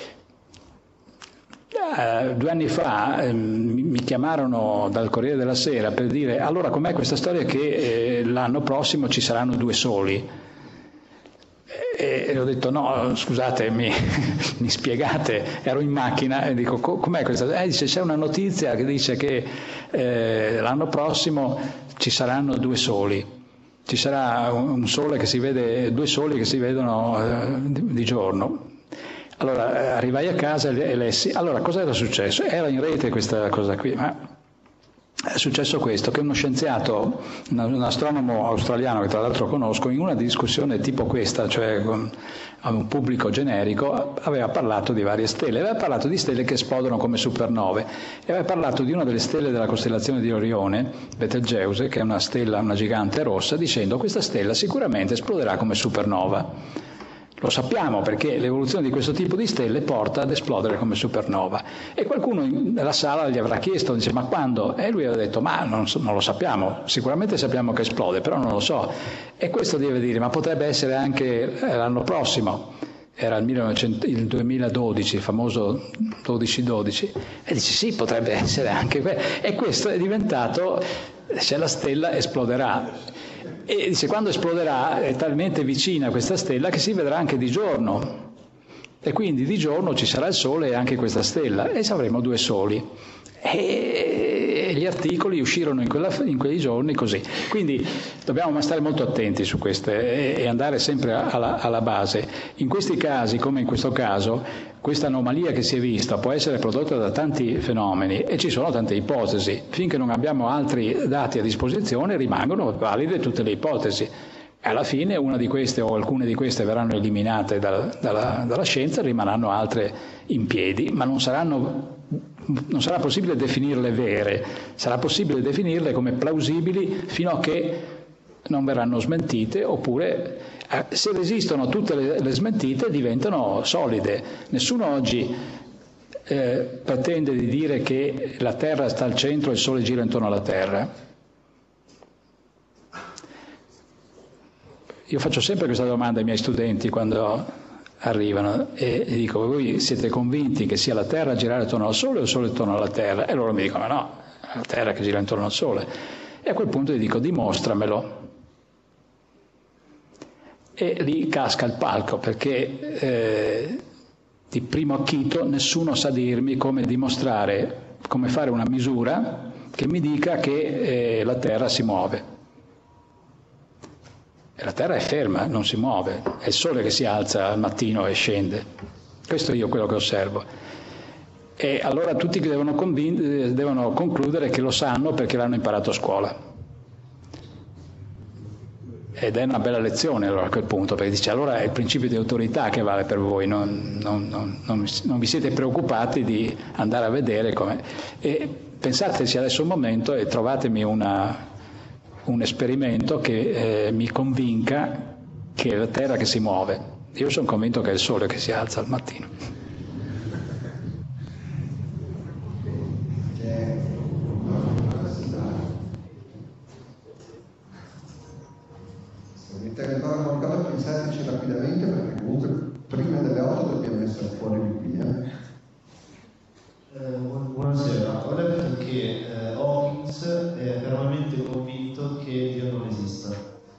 Speaker 3: 2 anni fa mi chiamarono dal Corriere della Sera per dire: allora com'è questa storia che l'anno prossimo ci saranno 2 soli? E ho detto: no, scusate, mi spiegate. Ero in macchina e dico: com'è questa? Dice: c'è una notizia che dice che l'anno prossimo ci saranno 2 soli. Ci sarà un sole che si vede, 2 soli che si vedono di giorno. Allora arrivai a casa e lessi. Allora cosa era successo? Era in rete questa cosa qui, ma è successo questo, che uno scienziato, un astronomo australiano che tra l'altro conosco, in una discussione tipo questa, cioè a un pubblico generico, aveva parlato di varie stelle, aveva parlato di stelle che esplodono come supernove e aveva parlato di una delle stelle della costellazione di Orione, Betelgeuse, che è una stella, una gigante rossa, dicendo: questa stella sicuramente esploderà come supernova. Lo sappiamo perché l'evoluzione di questo tipo di stelle porta ad esplodere come supernova. E qualcuno nella sala gli avrà chiesto, dice: ma quando? E lui aveva detto: ma non lo sappiamo, sicuramente sappiamo che esplode, però non lo so. E questo deve dire: ma potrebbe essere anche l'anno prossimo. Era il 2012, il famoso 12-12. E dice: sì, potrebbe essere anche quello. E questo è diventato, se la stella esploderà. E dice: quando esploderà è talmente vicina questa stella che si vedrà anche di giorno, e quindi di giorno ci sarà il Sole e anche questa stella, e avremo 2 soli. E gli articoli uscirono in quei giorni così. Quindi dobbiamo stare molto attenti su queste e andare sempre alla base. In questi casi, come in questo caso, questa anomalia che si è vista può essere prodotta da tanti fenomeni e ci sono tante ipotesi. Finché non abbiamo altri dati a disposizione rimangono valide tutte le ipotesi. Alla fine una di queste o alcune di queste verranno eliminate dalla scienza, rimarranno altre in piedi, ma non sarà possibile definirle vere, sarà possibile definirle come plausibili fino a che non verranno smentite, oppure se resistono tutte le smentite diventano solide. Nessuno oggi pretende di dire che la Terra sta al centro e il Sole gira intorno alla Terra. Io faccio sempre questa domanda ai miei studenti quando arrivano e dico: voi siete convinti che sia la Terra a girare attorno al Sole o il Sole attorno alla Terra? E loro mi dicono: no, è la Terra che gira intorno al Sole. E a quel punto gli dico: dimostramelo. E lì casca il palco, perché di primo acchito nessuno sa dirmi come dimostrare, come fare una misura che mi dica che la Terra si muove. E la Terra è ferma, non si muove, è il Sole che si alza al mattino e scende. Questo è io quello che osservo. E allora tutti devono concludere che lo sanno perché l'hanno imparato a scuola. Ed è una bella lezione allora a quel punto, perché dice: allora è il principio di autorità che vale per voi, non vi siete preoccupati di andare a vedere come. E pensateci adesso un momento e trovatemi un esperimento che mi convinca che è la Terra che si muove. Io sono convinto che è il Sole che si alza al mattino.
Speaker 4: Interrompiamo qualcosa, pensateci rapidamente, perché comunque prima delle 8 dobbiamo essere fuori di qui.
Speaker 7: Buonasera, ho letto che Hawkins è fermamente convinto che Dio non esista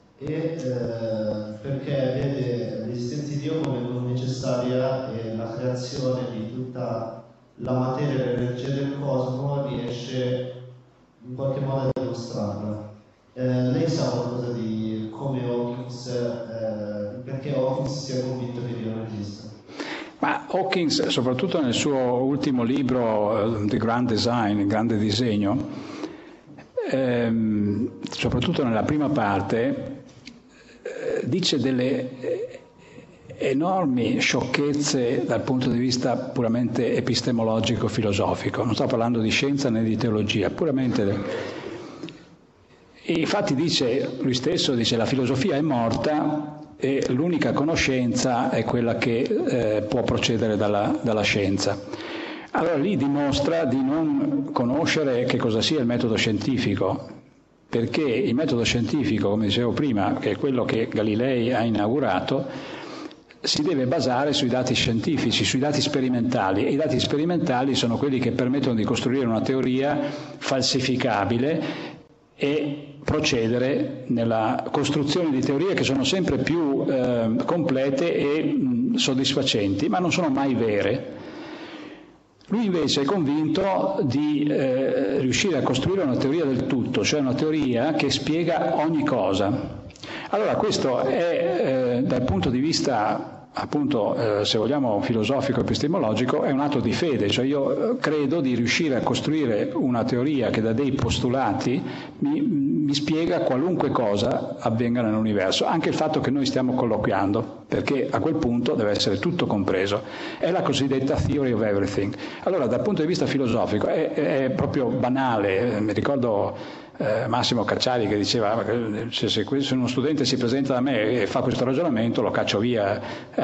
Speaker 7: perché vede l'esistenza di Dio come non necessaria e la creazione di tutta la materia e l'energia del cosmo riesce in qualche modo a dimostrarla. Lei sa qualcosa di come Hawkins, perché Hawkins sia convinto che Dio non esista?
Speaker 3: Ma Hawkins, soprattutto nel suo ultimo libro, The Grand Design, il grande disegno, soprattutto nella prima parte, dice delle enormi sciocchezze dal punto di vista puramente epistemologico-filosofico. Non sto parlando di scienza né di teologia, puramente. E infatti lui stesso dice la filosofia è morta e l'unica conoscenza è quella che può procedere dalla scienza. Allora lì dimostra di non conoscere che cosa sia il metodo scientifico, perché il metodo scientifico, come dicevo prima, che è quello che Galilei ha inaugurato, si deve basare sui dati scientifici, sui dati sperimentali, e i dati sperimentali sono quelli che permettono di costruire una teoria falsificabile e procedere nella costruzione di teorie che sono sempre più complete e soddisfacenti, ma non sono mai vere. Lui invece è convinto di riuscire a costruire una teoria del tutto, cioè una teoria che spiega ogni cosa. Allora questo è dal punto di vista appunto, se vogliamo, filosofico e epistemologico, è un atto di fede, cioè io credo di riuscire a costruire una teoria che da dei postulati mi spiega qualunque cosa avvenga nell'universo, anche il fatto che noi stiamo colloquiando, perché a quel punto deve essere tutto compreso. È la cosiddetta theory of everything. Allora, dal punto di vista filosofico è proprio banale. Mi ricordo Massimo Cacciari che diceva se uno studente si presenta da me e fa questo ragionamento lo caccio via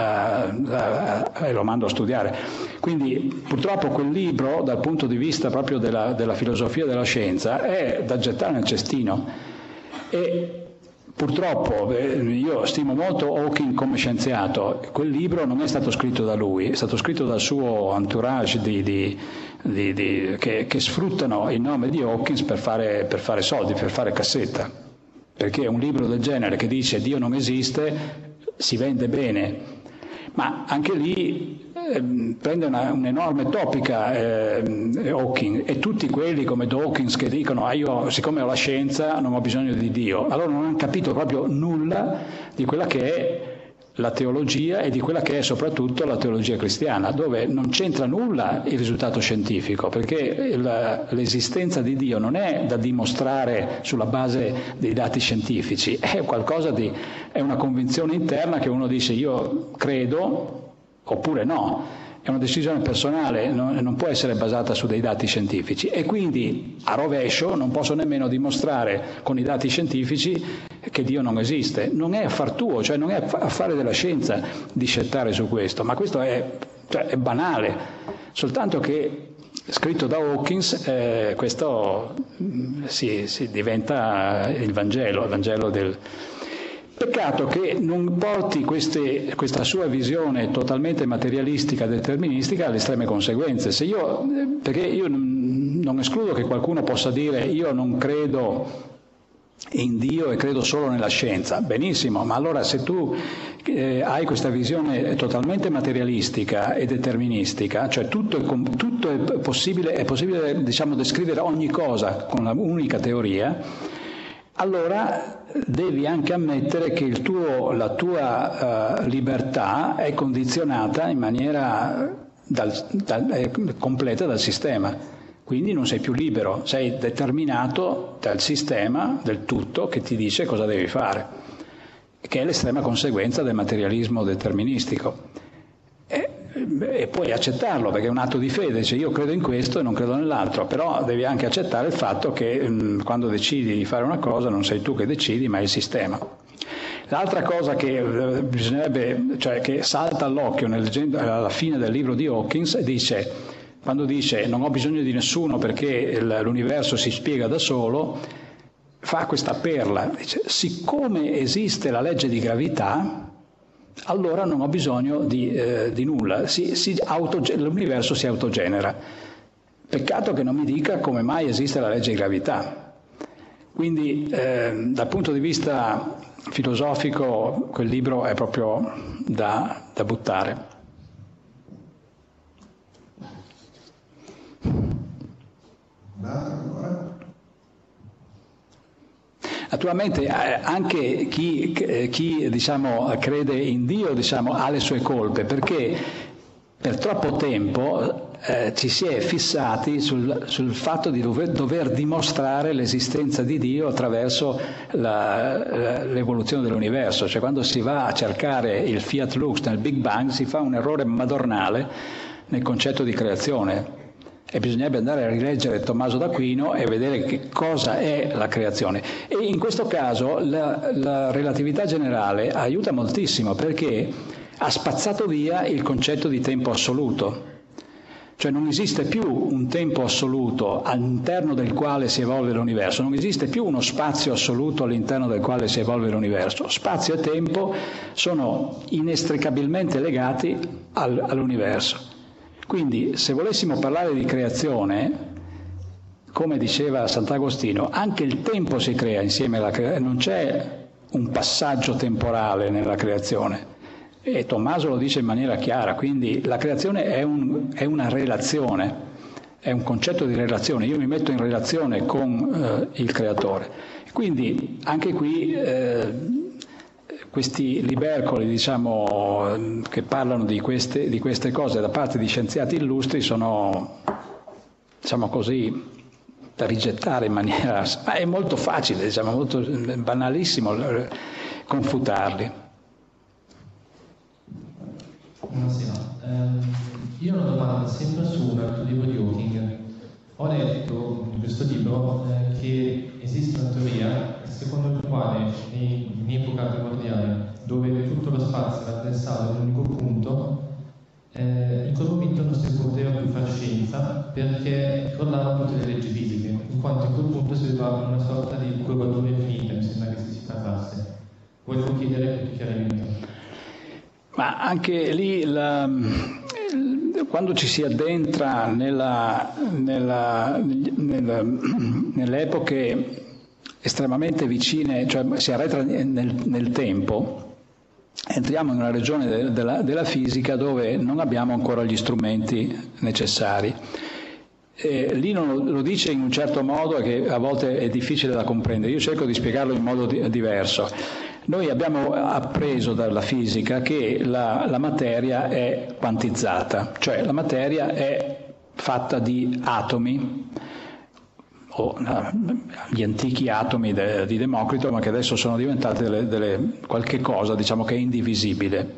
Speaker 3: e lo mando a studiare. Quindi purtroppo quel libro, dal punto di vista proprio della filosofia della scienza, è da gettare nel cestino. E purtroppo io stimo molto Hawking come scienziato. Quel libro non è stato scritto da lui, è stato scritto dal suo entourage che sfruttano il nome di Hawkins per fare soldi, per fare cassetta, perché un libro del genere che dice Dio non esiste si vende bene, ma anche lì prende un'enorme topica Hawking, e tutti quelli come Dawkins che dicono io siccome ho la scienza non ho bisogno di Dio, allora non hanno capito proprio nulla di quella che è la teologia e di quella che è soprattutto la teologia cristiana, dove non c'entra nulla il risultato scientifico, perché l'esistenza di Dio non è da dimostrare sulla base dei dati scientifici, è una convinzione interna che uno dice io credo oppure no. È una decisione personale, non può essere basata su dei dati scientifici, e quindi a rovescio non posso nemmeno dimostrare con i dati scientifici che Dio non esiste. Non è affar tuo, cioè non è affare della scienza discettare su questo, ma questo è banale, soltanto che scritto da Hawkins questo si diventa il Vangelo del... Peccato che non porti questa sua visione totalmente materialistica, deterministica alle estreme conseguenze. Perché io non escludo che qualcuno possa dire io non credo in Dio e credo solo nella scienza. Benissimo, ma allora se tu hai questa visione totalmente materialistica e deterministica, cioè tutto è possibile diciamo descrivere ogni cosa con un'unica teoria, allora devi anche ammettere che la tua libertà è condizionata in maniera completa dal sistema. Quindi non sei più libero, sei determinato dal sistema, del tutto, che ti dice cosa devi fare, che è l'estrema conseguenza del materialismo deterministico. E puoi accettarlo perché è un atto di fede, cioè io credo in questo e non credo nell'altro, però devi anche accettare il fatto che quando decidi di fare una cosa non sei tu che decidi, ma è il sistema. L'altra cosa che che salta all'occhio alla fine del libro di Hawkins quando dice non ho bisogno di nessuno perché l'universo si spiega da solo, fa questa perla, dice siccome esiste la legge di gravità, allora non ho bisogno di nulla, l'universo si autogenera. Peccato che non mi dica come mai esiste la legge di gravità. Quindi dal punto di vista filosofico quel libro è proprio da buttare. Naturalmente anche chi diciamo, crede in Dio diciamo, ha le sue colpe, perché per troppo tempo ci si è fissati sul fatto di dover dimostrare l'esistenza di Dio attraverso l'evoluzione dell'universo. Cioè quando si va a cercare il Fiat Lux nel Big Bang si fa un errore madornale nel concetto di creazione. E bisognerebbe andare a rileggere Tommaso d'Aquino e vedere che cosa è la creazione. E in questo caso la relatività generale aiuta moltissimo, perché ha spazzato via il concetto di tempo assoluto. Cioè non esiste più un tempo assoluto all'interno del quale si evolve l'universo, non esiste più uno spazio assoluto all'interno del quale si evolve l'universo. Spazio e tempo sono inestricabilmente legati all'universo. Quindi se volessimo parlare di creazione, come diceva Sant'Agostino, anche il tempo si crea insieme alla creazione, non c'è un passaggio temporale nella creazione. E Tommaso lo dice in maniera chiara, quindi la creazione è una relazione, è un concetto di relazione, io mi metto in relazione con il creatore. Quindi anche qui questi libercoli diciamo, che parlano di queste cose da parte di scienziati illustri sono, diciamo così, da rigettare in maniera... ma è molto facile, diciamo, molto banalissimo confutarli.
Speaker 8: Buonasera, io ho una domanda sempre su un altro libro di Hawking. Ho letto in questo libro che esiste una teoria secondo la quale in epoca primordiale, dove tutto lo spazio era addensato in un unico punto, in quel momento non si poteva più fare scienza perché crollavano tutte le leggi fisiche, in quanto in quel punto si trovava una sorta di curvatura infinita, mi sembra che si trattasse. Volevo chiedere più chiarimento.
Speaker 3: Ma anche lì, quando ci si addentra nelle epoche estremamente vicine, cioè si arretra nel tempo, entriamo in una regione della fisica dove non abbiamo ancora gli strumenti necessari. Lì lo dice in un certo modo che a volte è difficile da comprendere. Io cerco di spiegarlo in modo diverso. Noi abbiamo appreso dalla fisica che la materia è quantizzata, cioè la materia è fatta di atomi, o gli antichi atomi di Democrito, ma che adesso sono diventati qualche cosa, diciamo, che è indivisibile.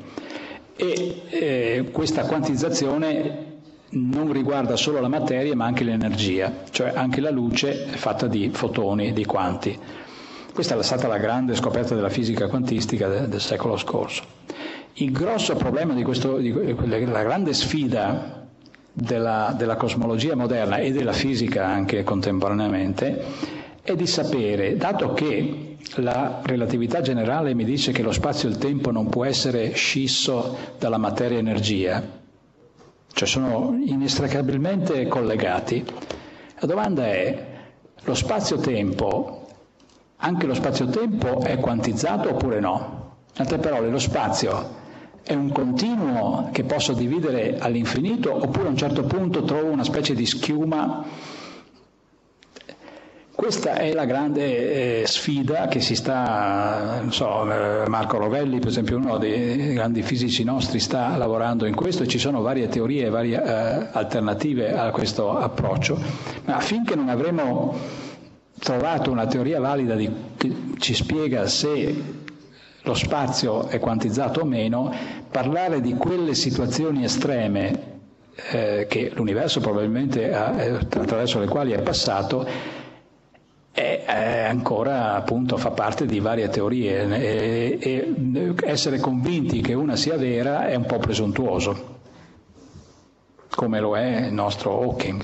Speaker 3: E questa quantizzazione non riguarda solo la materia, ma anche l'energia, cioè anche la luce è fatta di fotoni, di quanti. Questa è stata la grande scoperta della fisica quantistica del secolo scorso. Il grosso problema la grande sfida della cosmologia moderna e della fisica anche contemporaneamente è di sapere, dato che la relatività generale mi dice che lo spazio e il tempo non può essere scisso dalla materia-energia, cioè sono inestricabilmente collegati, la domanda è: lo spazio-tempo, anche lo spazio-tempo è quantizzato oppure no? In altre parole, lo spazio è un continuo che posso dividere all'infinito oppure a un certo punto trovo una specie di schiuma? Questa è la grande sfida che si sta, non so, Marco Rovelli per esempio, uno dei grandi fisici nostri, sta lavorando in questo, e ci sono varie teorie, varie alternative a questo approccio, ma finché non avremo trovato una teoria valida che ci spiega se lo spazio è quantizzato o meno, parlare di quelle situazioni estreme che l'universo probabilmente attraverso le quali è passato è ancora, appunto, fa parte di varie teorie, e essere convinti che una sia vera è un po' presuntuoso, come lo è il nostro Hawking.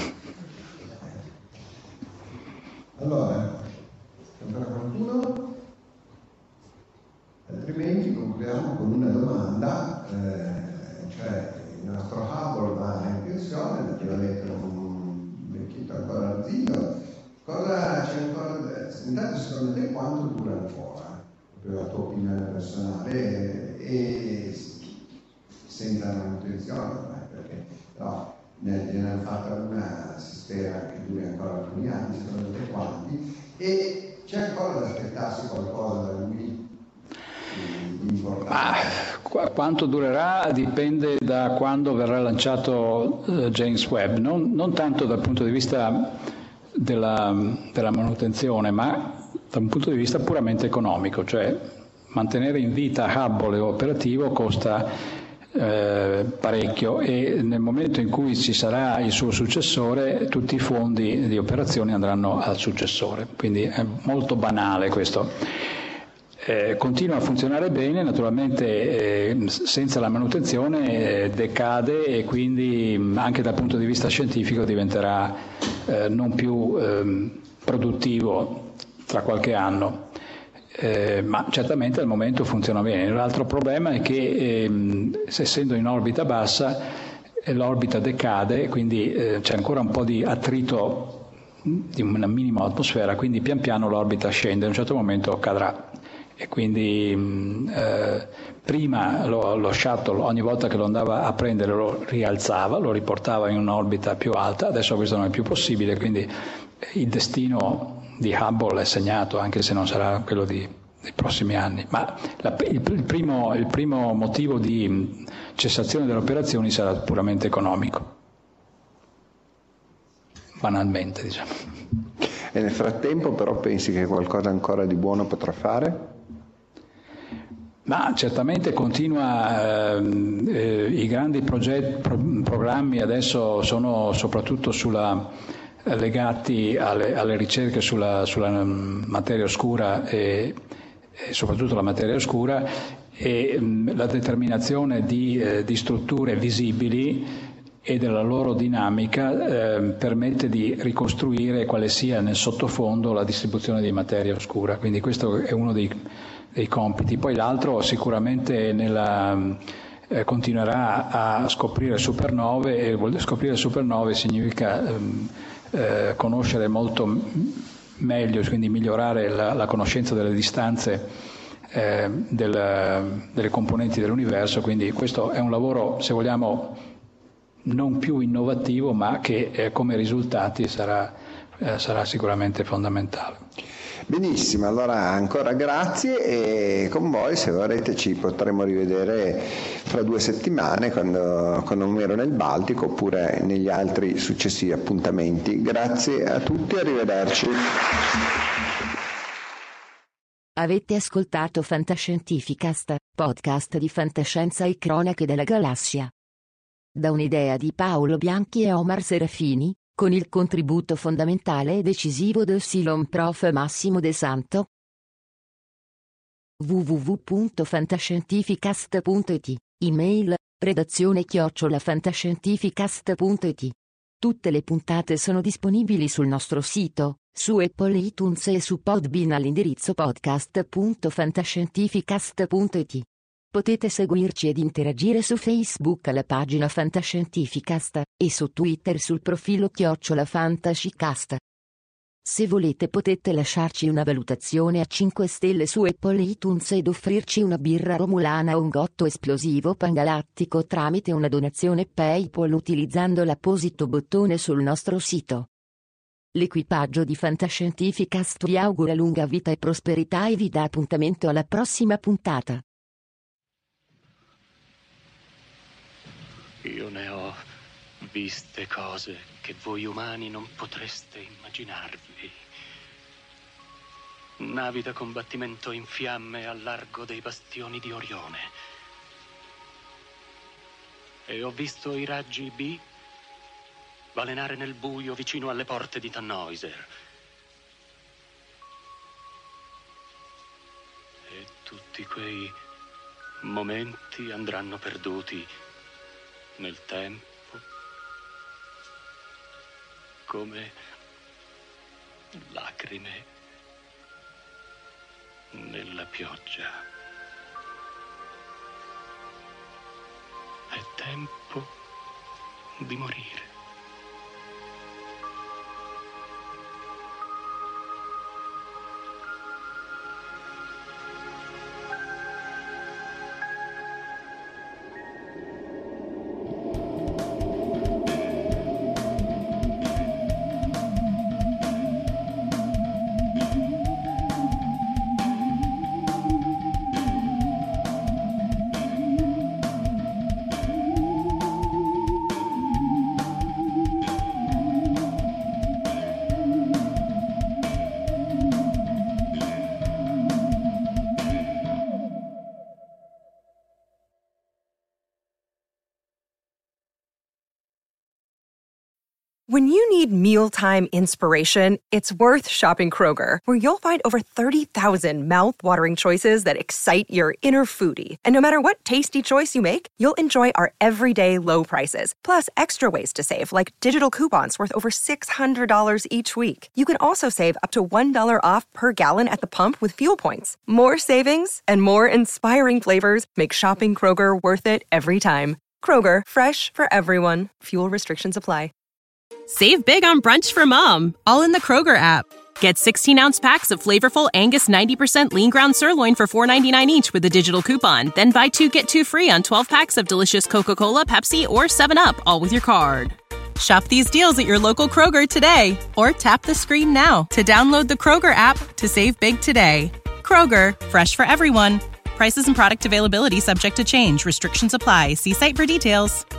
Speaker 4: Allora, ancora qualcuno? Altrimenti concludiamo con una domanda, cioè il nostro Hubble va in pensione, naturalmente un vecchietto ancora arzillo, cosa c'è ancora? Intanto, secondo te quanto dura ancora? Per la tua opinione personale, e senza manutenzione, perché no, ne hanno fatta una, si spera che duri ancora alcuni anni, secondo te quanti? E C'è ancora da aspettarsi qualcosa da lui di importante?
Speaker 3: Quanto durerà dipende da quando verrà lanciato James Webb, non tanto dal punto di vista della manutenzione, ma da un punto di vista puramente economico, cioè mantenere in vita Hubble operativo costa parecchio, e nel momento in cui ci sarà il suo successore tutti i fondi di operazioni andranno al successore, quindi è molto banale questo. Continua a funzionare bene, naturalmente senza la manutenzione decade, e quindi anche dal punto di vista scientifico diventerà non più produttivo tra qualche anno. Ma certamente al momento funziona bene. L'altro problema è che essendo in orbita bassa l'orbita decade, quindi c'è ancora un po' di attrito di una minima atmosfera, quindi pian piano l'orbita scende, a un certo momento cadrà, e quindi prima lo shuttle ogni volta che lo andava a prendere lo rialzava, lo riportava in un'orbita più alta, adesso questo non è più possibile, quindi il destino di Hubble è segnato, anche se non sarà quello dei prossimi anni. Ma il primo motivo di cessazione delle operazioni sarà puramente economico, banalmente, diciamo.
Speaker 4: E nel frattempo però pensi che qualcosa ancora di buono potrà fare?
Speaker 3: Ma certamente continua, i grandi programmi adesso sono soprattutto legati alle ricerche sulla materia oscura e soprattutto la materia oscura, e la determinazione di strutture visibili e della loro dinamica permette di ricostruire quale sia nel sottofondo la distribuzione di materia oscura, quindi questo è uno dei compiti. Poi l'altro sicuramente continuerà a scoprire supernove, e scoprire supernove significa conoscere molto meglio, quindi migliorare la conoscenza delle distanze delle componenti dell'universo, quindi questo è un lavoro, se vogliamo, non più innovativo, ma che come risultati sarà sicuramente fondamentale.
Speaker 4: Benissimo, allora ancora grazie, e con voi, se vorrete, ci potremo rivedere fra 2 settimane con Omero nel Baltico, oppure negli altri successivi appuntamenti. Grazie a tutti, arrivederci.
Speaker 9: Avete ascoltato Fantascientificast, podcast di fantascienza e cronache della galassia. Da un'idea di Paolo Bianchi e Omar Serafini, con il contributo fondamentale e decisivo del Silon Prof. Massimo De Santo. www.fantascientificast.it, email, redazione@fantascientificast.it. Tutte le puntate sono disponibili sul nostro sito, su Apple iTunes e su Podbean all'indirizzo podcast.fantascientificast.it. Potete seguirci ed interagire su Facebook alla pagina Fantascientificast, e su Twitter sul profilo @Fantascicast. Se volete potete lasciarci una valutazione a 5 stelle su Apple iTunes ed offrirci una birra romulana o un gotto esplosivo pangalattico tramite una donazione PayPal utilizzando l'apposito bottone sul nostro sito. L'equipaggio di Fantascientificast vi augura lunga vita e prosperità e vi dà appuntamento alla prossima puntata.
Speaker 10: Io ne ho viste cose che voi umani non potreste immaginarvi. Navi da combattimento in fiamme al largo dei bastioni di Orione. E ho visto i raggi B balenare nel buio vicino alle porte di Tannhäuser. E tutti quei momenti andranno perduti nel tempo, come lacrime nella pioggia. È tempo di morire.
Speaker 2: When you need mealtime inspiration, it's worth shopping Kroger, where you'll find over 30,000 mouth-watering choices that excite your inner foodie. And no matter what tasty choice you make, you'll enjoy our everyday low prices, plus extra ways to save, like digital coupons worth over $600 each week. You can also save up to $1 off per gallon at the pump with fuel points. More savings and more inspiring flavors make shopping Kroger worth it every time. Kroger, fresh for everyone. Fuel restrictions apply.
Speaker 11: Save big on brunch for mom, all in the Kroger app. Get 16-ounce packs of flavorful Angus 90% lean ground sirloin for $4.99 each with a digital coupon. Then buy 2, get 2 free on 12 packs of delicious Coca-Cola, Pepsi, or 7-Up, all with your card. Shop these deals at your local Kroger today, or tap the screen now to download the Kroger app to save big today. Kroger, fresh for everyone. Prices and product availability subject to change. Restrictions apply. See site for details.